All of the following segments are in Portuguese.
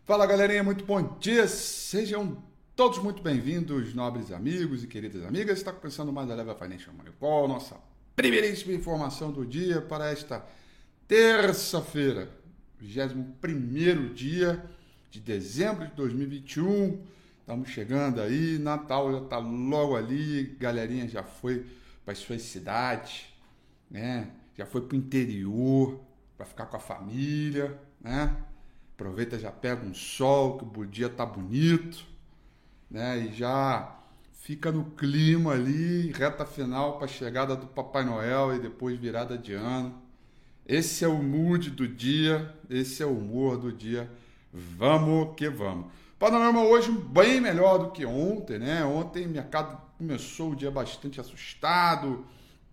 Fala galerinha, muito bom dia, sejam todos muito bem-vindos, nobres amigos e queridas amigas. Está começando mais a Eleva Financial Money Call, nossa primeiríssima informação do dia para esta terça-feira, 21º dia de dezembro de 2021. Estamos chegando aí, Natal já está logo ali, galerinha já foi para as suas cidades, né? Já foi para o interior para ficar com a família, né? Aproveita, já pega um sol, que o dia tá bonito, né? E já fica no clima ali, reta final para a chegada do Papai Noel e depois virada de ano. Esse é o mood do dia, esse é o humor do dia. Vamos que vamos. Panorama hoje bem melhor do que ontem, né? Ontem o mercado começou o dia bastante assustado,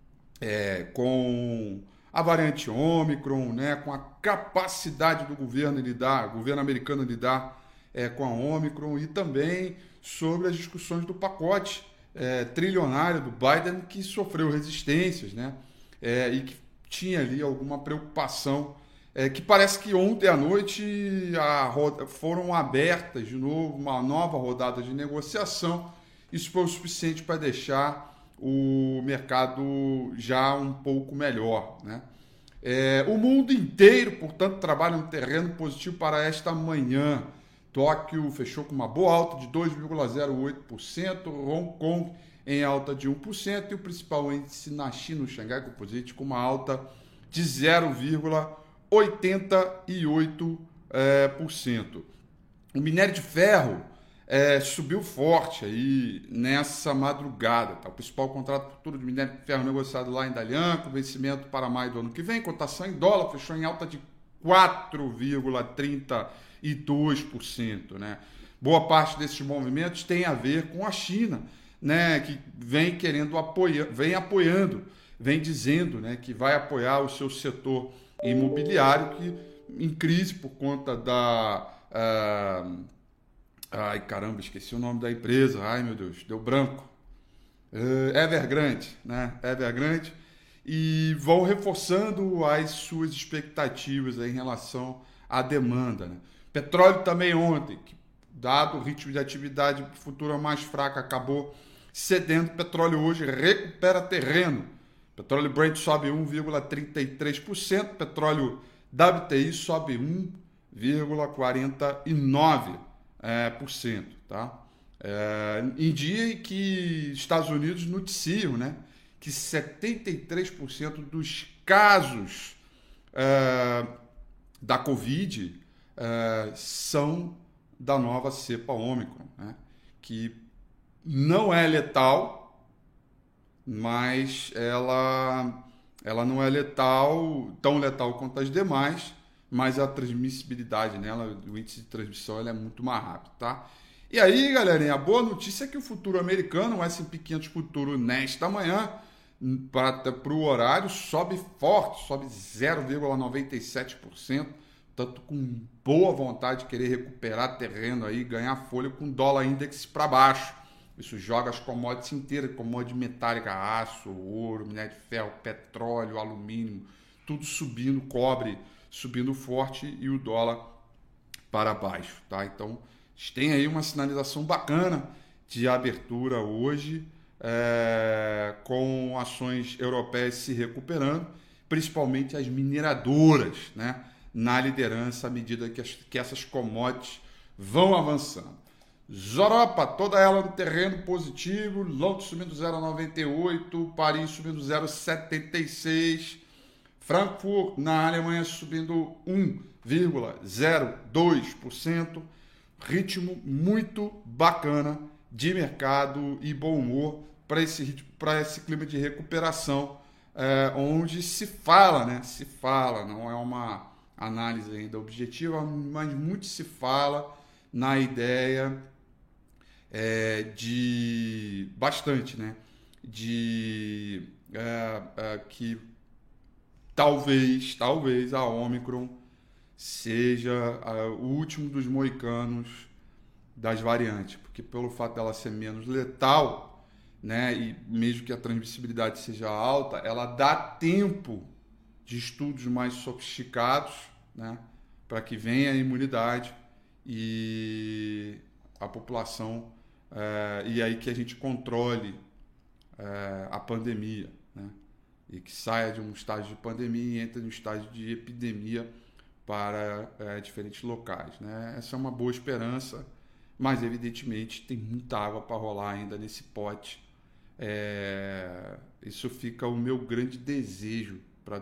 com a variante Ômicron, né, com a capacidade do governo governo americano lidar com a Ômicron, e também sobre as discussões do pacote trilionário do Biden, que sofreu resistências, né, e que tinha ali alguma preocupação, que parece que ontem à noite foram abertas de novo uma nova rodada de negociação. Isso foi o suficiente para deixar o mercado já um pouco melhor, né? O mundo inteiro, portanto, trabalha um terreno positivo para esta manhã. Tóquio fechou com uma boa alta de 2,08%, Hong Kong em alta de 1%, e o principal índice na China, o Xangai Composite, com uma alta de 0,88%. O minério de ferro subiu forte aí nessa madrugada. Tá? O principal contrato futuro de minério de ferro negociado lá em Dalian, com vencimento para maio do ano que vem, cotação em dólar, fechou em alta de 4,32%. Né? Boa parte desses movimentos tem a ver com a China, né, que vem vem dizendo, né, que vai apoiar o seu setor imobiliário, que em crise por conta ai, caramba, esqueci o nome da empresa. Ai, meu Deus, deu branco. Evergrande, né? Evergrande. E vão reforçando as suas expectativas em relação à demanda, né? Petróleo também ontem, que, dado o ritmo de atividade futura mais fraca, acabou cedendo. Petróleo hoje recupera terreno. Petróleo Brent sobe 1,33%. Petróleo WTI sobe 1,49%. Tá? Em dia em que Estados Unidos noticiam, né, que 73% dos casos da Covid são da nova cepa Ômicron, né, que não é letal, mas ela não é tão letal quanto as demais, mas a transmissibilidade nela, o índice de transmissão, ela é muito mais rápido, tá? E aí, galerinha, a boa notícia é que o futuro americano, o S&P 500 futuro nesta manhã, para o horário, sobe forte, sobe 0,97%, tanto com boa vontade de querer recuperar terreno aí, ganhar fôlego com dólar index para baixo. Isso joga as commodities inteiras, commodity metálica, aço, ouro, minério de ferro, petróleo, alumínio, tudo subindo, cobre subindo forte e o dólar para baixo, tá? Então, a gente tem aí uma sinalização bacana de abertura hoje, com ações europeias se recuperando, principalmente as mineradoras, né, na liderança à medida que essas commodities vão avançando. Europa, toda ela no terreno positivo, Londres subindo 0,98, Paris subindo 0,76%, Frankfurt, na Alemanha, subindo 1,02%. Ritmo muito bacana de mercado e bom humor para esse clima de recuperação, onde se fala, né? Se fala, não é uma análise ainda objetiva, mas muito se fala na ideia bastante, né? Que talvez a Ômicron seja o último dos moicanos das variantes, porque pelo fato dela ser menos letal, né, e mesmo que a transmissibilidade seja alta, ela dá tempo de estudos mais sofisticados, né, para que venha a imunidade e a população, e aí que a gente controle a pandemia, né? E que saia de um estágio de pandemia e entre no estágio de epidemia para diferentes locais, né? Essa é uma boa esperança, mas evidentemente tem muita água para rolar ainda nesse pote. Isso fica o meu grande desejo para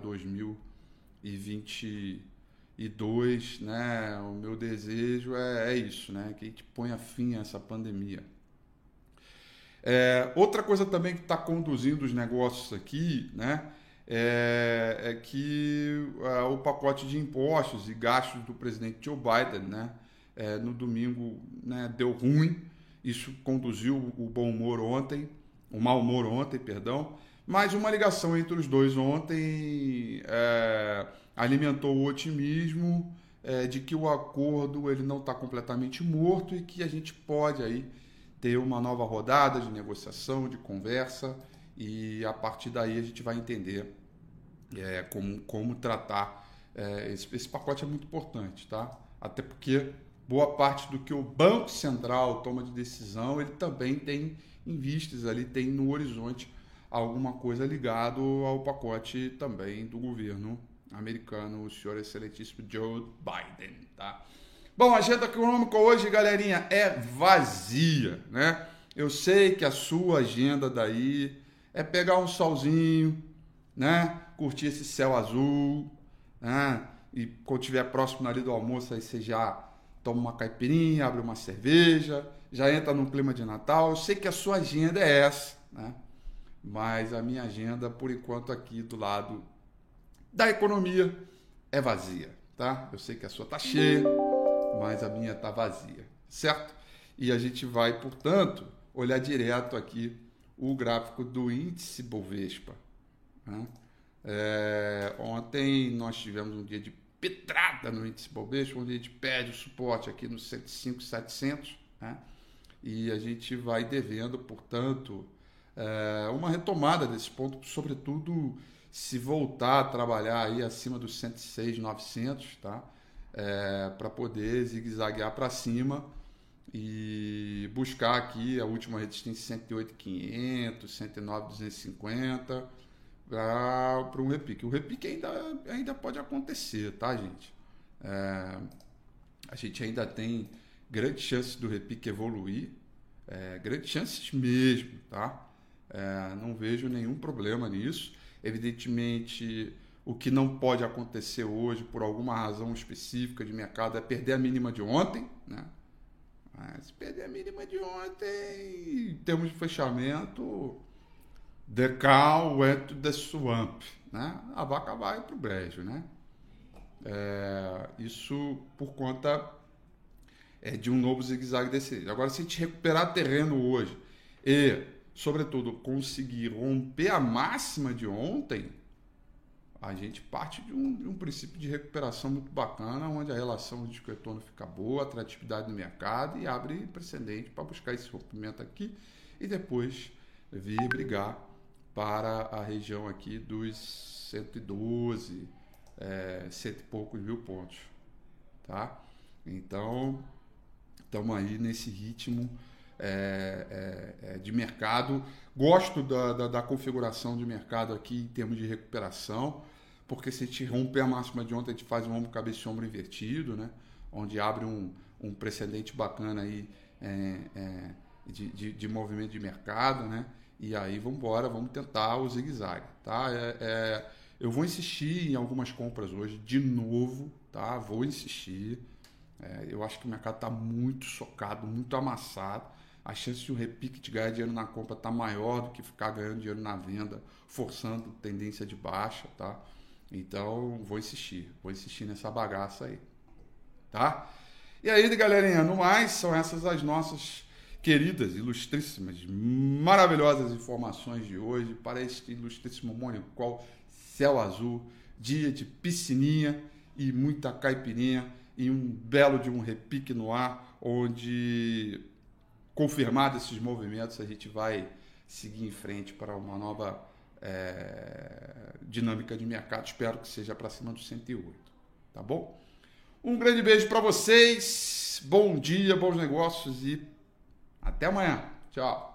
2022, né? O meu desejo é isso, né? Que a gente ponha fim a essa pandemia. Outra coisa também que está conduzindo os negócios aqui, né? É que o pacote de impostos e gastos do presidente Joe Biden, né? No domingo, né, deu ruim. Isso conduziu o mau humor ontem, perdão. Mas uma ligação entre os dois ontem alimentou o otimismo de que o acordo ele não está completamente morto e que a gente pode aí ter uma nova rodada de negociação, de conversa, e a partir daí a gente vai entender como tratar. Esse pacote é muito importante, tá? Até porque boa parte do que o Banco Central toma de decisão, ele também tem em vistas ali, tem no horizonte alguma coisa ligado ao pacote também do governo americano, o senhor excelentíssimo Joe Biden, tá? Bom, a agenda econômica hoje, galerinha, é vazia, né? Eu sei que a sua agenda daí é pegar um solzinho, né? Curtir esse céu azul, né? E quando estiver próximo ali do almoço, aí você já toma uma caipirinha, abre uma cerveja, já entra num clima de Natal. Eu sei que a sua agenda é essa, né? Mas a minha agenda, por enquanto, aqui do lado da economia é vazia, tá? Eu sei que a sua tá cheia, mas a minha tá vazia, certo? E a gente vai, portanto, olhar direto aqui o gráfico do índice Bovespa, né? Ontem nós tivemos um dia de pedrada no índice Bovespa, onde a gente pede o suporte aqui no 105, 700, né? E a gente vai devendo, portanto, uma retomada desse ponto, sobretudo se voltar a trabalhar aí acima dos 106, 900, tá? Para poder zigue-zaguear para cima e buscar aqui a última resistência 108.500, 109.250 para um repique. O repique ainda pode acontecer, tá, gente? A gente ainda tem grandes chances do repique evoluir, grandes chances mesmo, tá? Não vejo nenhum problema nisso. Evidentemente, o que não pode acontecer hoje, por alguma razão específica de mercado, é perder a mínima de ontem, né? Se perder a mínima de ontem, em termos de fechamento, the cow went to the swamp, né? A vaca vai para o brejo, né? Isso por conta de um novo zigue-zague desse. Agora, se a gente recuperar terreno hoje e, sobretudo, conseguir romper a máxima de ontem, a gente parte de um princípio de recuperação muito bacana, onde a relação risco-retorno fica boa, a atratividade no mercado e abre precedente para buscar esse rompimento aqui e depois vir brigar para a região aqui dos 112, cento e poucos mil pontos, tá? Então, estamos aí nesse ritmo de mercado. Gosto da configuração de mercado aqui em termos de recuperação, porque se a gente romper a máxima de ontem, a gente faz um ombro, cabeça e ombro invertido, né? Onde abre um precedente bacana aí de movimento de mercado, né? E aí vamos tentar o zigue-zague, tá? Eu vou insistir em algumas compras hoje, de novo, tá? Vou insistir. Eu acho que o mercado está muito socado, muito amassado. A chance de um repique de ganhar dinheiro na compra está maior do que ficar ganhando dinheiro na venda, forçando tendência de baixa, tá? Então, vou insistir nessa bagaça aí, tá? E aí, galerinha, no mais, são essas as nossas queridas, ilustríssimas, maravilhosas informações de hoje para este ilustríssimo Morning Call, céu azul, dia de piscininha e muita caipirinha e um belo de um repique no ar, onde, confirmados esses movimentos, a gente vai seguir em frente para uma nova dinâmica de mercado. Espero que seja para cima dos 108, tá bom? Um grande beijo para vocês, bom dia, bons negócios e até amanhã. Tchau.